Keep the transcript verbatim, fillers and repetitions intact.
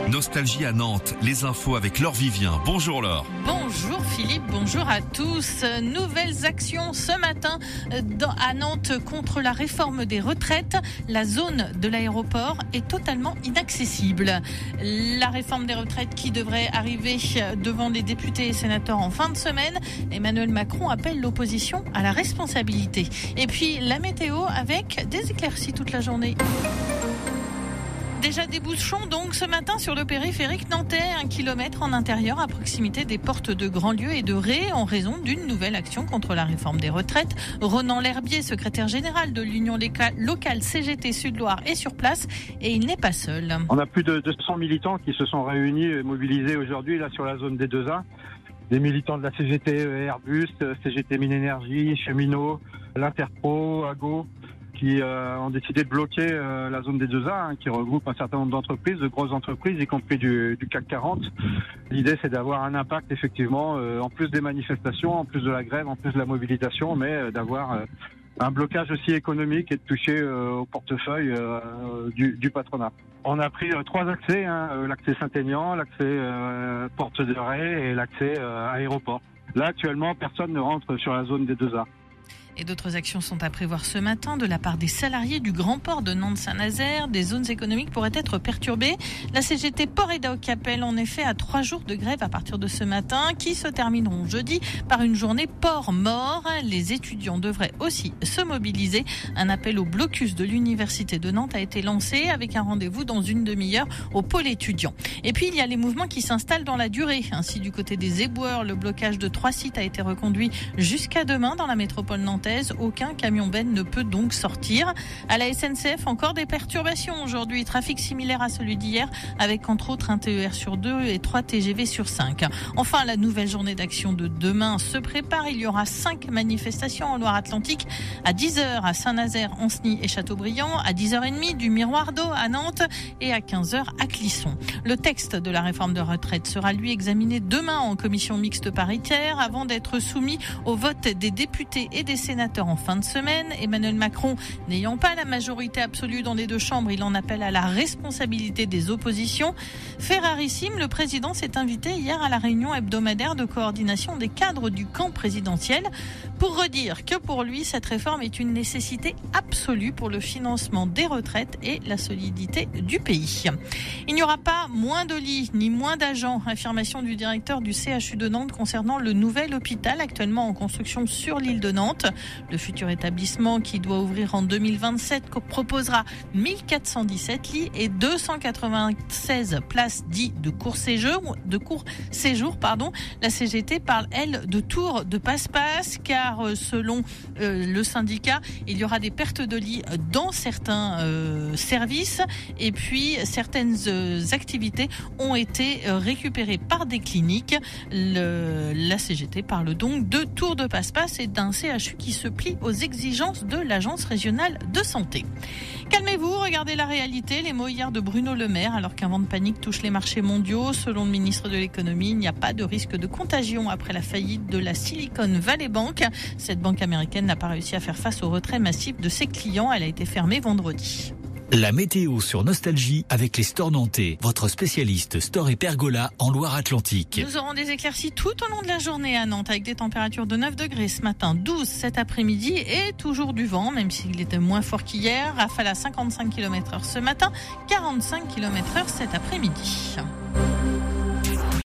Nostalgie à Nantes, les infos avec Laure Vivien. Bonjour Laure. Bonjour Philippe, bonjour à tous. Nouvelles actions ce matin à Nantes contre la réforme des retraites. La zone de l'aéroport est totalement inaccessible. La réforme des retraites qui devrait arriver devant les députés et sénateurs en fin de semaine. Emmanuel Macron appelle l'opposition à la responsabilité. Et puis la météo avec des éclaircies toute la journée. Déjà des bouchons donc ce matin sur le périphérique nantais, un kilomètre en intérieur à proximité des portes de Grandlieu et de Ré en raison d'une nouvelle action contre la réforme des retraites. Ronan L'Herbier, secrétaire général de l'Union locale C G T Sud-Loire, est sur place et il n'est pas seul. On a plus de deux cents militants qui se sont réunis et mobilisés aujourd'hui là sur la zone des deux A. Des militants de la C G T Airbus, C G T Mine Énergie, Cheminots, l'Interpro, Ago, qui euh, ont décidé de bloquer euh, la zone des deux A, hein, qui regroupe un certain nombre d'entreprises, de grosses entreprises, y compris du, du C A C quarante. L'idée, c'est d'avoir un impact, effectivement, euh, en plus des manifestations, en plus de la grève, en plus de la mobilisation, mais euh, d'avoir euh, un blocage aussi économique et de toucher euh, au portefeuille euh, du, du patronat. On a pris euh, trois accès, hein, l'accès Saint-Aignan, l'accès euh, Porte de Ré et l'accès euh, aéroport. Là, actuellement, personne ne rentre sur la zone des deux A. Et d'autres actions sont à prévoir ce matin de la part des salariés du Grand Port de Nantes-Saint-Nazaire. Des zones économiques pourraient être perturbées. La C G T Port et Dock appelle en effet à trois jours de grève à partir de ce matin qui se termineront jeudi par une journée port mort. Les étudiants devraient aussi se mobiliser. Un appel au blocus de l'Université de Nantes a été lancé avec un rendez-vous dans une demi-heure au pôle étudiant. Et puis il y a les mouvements qui s'installent dans la durée. Ainsi du côté des éboueurs, le blocage de trois sites a été reconduit jusqu'à demain dans la métropole nantaise. Aucun camion benne ne peut donc sortir. À la S N C F, encore des perturbations aujourd'hui. Trafic similaire à celui d'hier, avec entre autres un T E R sur deux et trois T G V sur cinq. Enfin, la nouvelle journée d'action de demain se prépare. Il y aura cinq manifestations en Loire-Atlantique. À dix heures à Saint-Nazaire, Ancenis et Châteaubriand. À dix heures trente du Miroir d'eau à Nantes. Et à quinze heures à Clisson. Le texte de la réforme de retraite sera lui examiné demain en commission mixte paritaire avant d'être soumis au vote des députés et des sénateurs en fin de semaine. Emmanuel Macron n'ayant pas la majorité absolue dans les deux chambres, il en appelle à la responsabilité des oppositions. Fait rarissime, le président s'est invité hier à la réunion hebdomadaire de coordination des cadres du camp présidentiel pour redire que pour lui, cette réforme est une nécessité absolue pour le financement des retraites et la solidité du pays. Il n'y aura pas moins de lits ni moins d'agents. Affirmation du directeur du C H U de Nantes concernant le nouvel hôpital actuellement en construction sur l'île de Nantes. Le futur établissement qui doit ouvrir en deux mille vingt-sept proposera mille quatre cent dix-sept lits et deux cent quatre-vingt-seize places dites de court séjour, de court séjour, pardon. La C G T parle, elle, de tour de passe-passe car selon euh, le syndicat, il y aura des pertes de lits dans certains euh, services et puis certaines euh, activités ont été euh, récupérées par des cliniques. Le, la C G T parle donc de tour de passe-passe et d'un C H U qui se plie aux exigences de l'Agence régionale de santé. Calmez-vous, regardez la réalité. Les mots hier de Bruno Le Maire, alors qu'un vent de panique touche les marchés mondiaux. Selon le ministre de l'économie, il n'y a pas de risque de contagion après la faillite de la Silicon Valley Bank. Cette banque américaine n'a pas réussi à faire face au retrait massif de ses clients. Elle a été fermée vendredi. La météo sur Nostalgie avec les stores nantais, votre spécialiste store et pergola en Loire-Atlantique. Nous aurons des éclaircies tout au long de la journée à Nantes avec des températures de neuf degrés ce matin, douze cet après-midi et toujours du vent, même s'il était moins fort qu'hier. Rafale à cinquante-cinq kilomètres heure ce matin, quarante-cinq kilomètres heure cet après-midi.